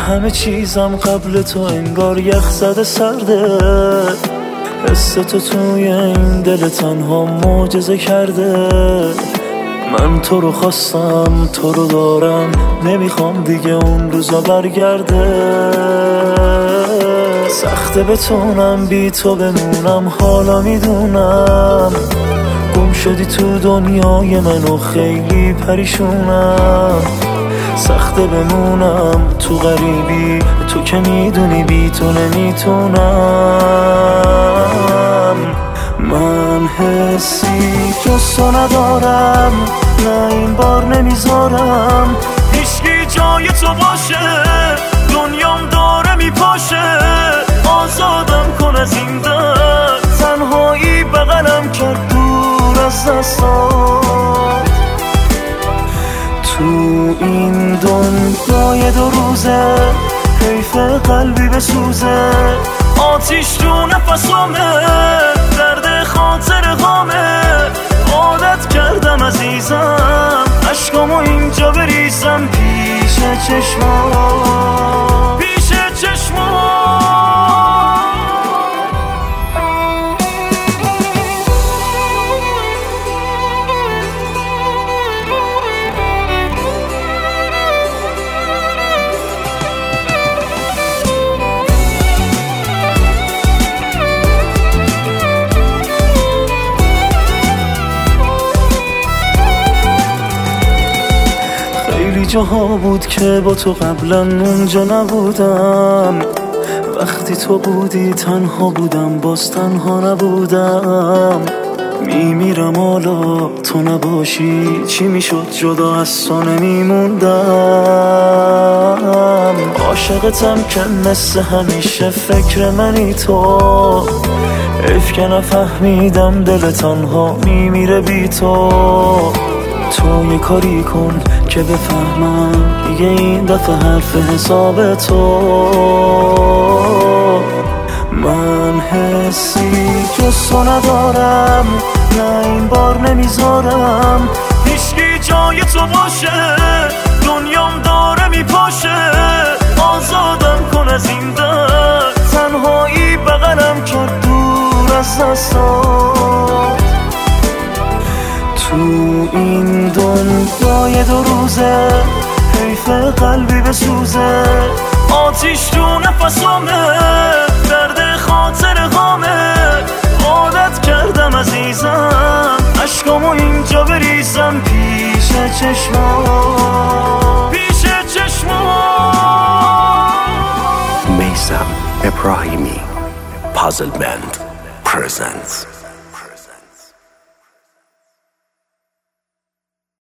همه چیزم قبل تو انگار یخ زده سرده. حس تو توی این دل تنها معجزه کرده. من تو رو خواستم، تو رو دارم، نمیخوام دیگه اون روزا برگرده. سخته بتونم بی تو بمونم، حالا میدونم گم شدی تو دنیای من و خیلی پریشونم. سخته بمونم تو غریبی، تو که میدونی بی تو نمیتونم. من حسی جز تو ندارم، نه این بار نمیذارم هیچکی جای تو باشه. دنیام داره میپاشه، آزادم کن از این درد. تنهایی بغلم کرد دور از دستات. تو این دنیای دو روزه حیف قلبی بسوزه. آتیش تو نفسامه، درد خاطر غامه. عادت کردم عزیزم عشقامو اینجا بریزم پیش چشمات، پیش چشمات. جاها بود که با تو قبلا اونجا نبودم. وقتی تو بودی تنها بودم، باز تنها نبودم. میمیرم حالا تو نباشی، چی میشد جدا از تو نمیموندم. عاشقتم که مثل همیشه فکر منی تو. حیف که نفهمیدم دل تنها میمیره بی تو. تو یه کاری کن که بفهمم دیگه این دفعه حرف حساب تو. من حسی جز تو ندارم، نه این بار نمیذارم هیچکی جای تو باشه. دنیام داره میپاشه، آزادم کن از این درد. تنهایی بغلم کرد دور از دستات. تو این دنیای دو روزه حیف قلبی بسوزه. آتیش تو نفسامه، درد خاطر غامه. عادت کردم عزیزم عشقامو اینجا بریزم پیش چشمات، پیش چشمات. Meysam Ebrahimi Puzzle Band presents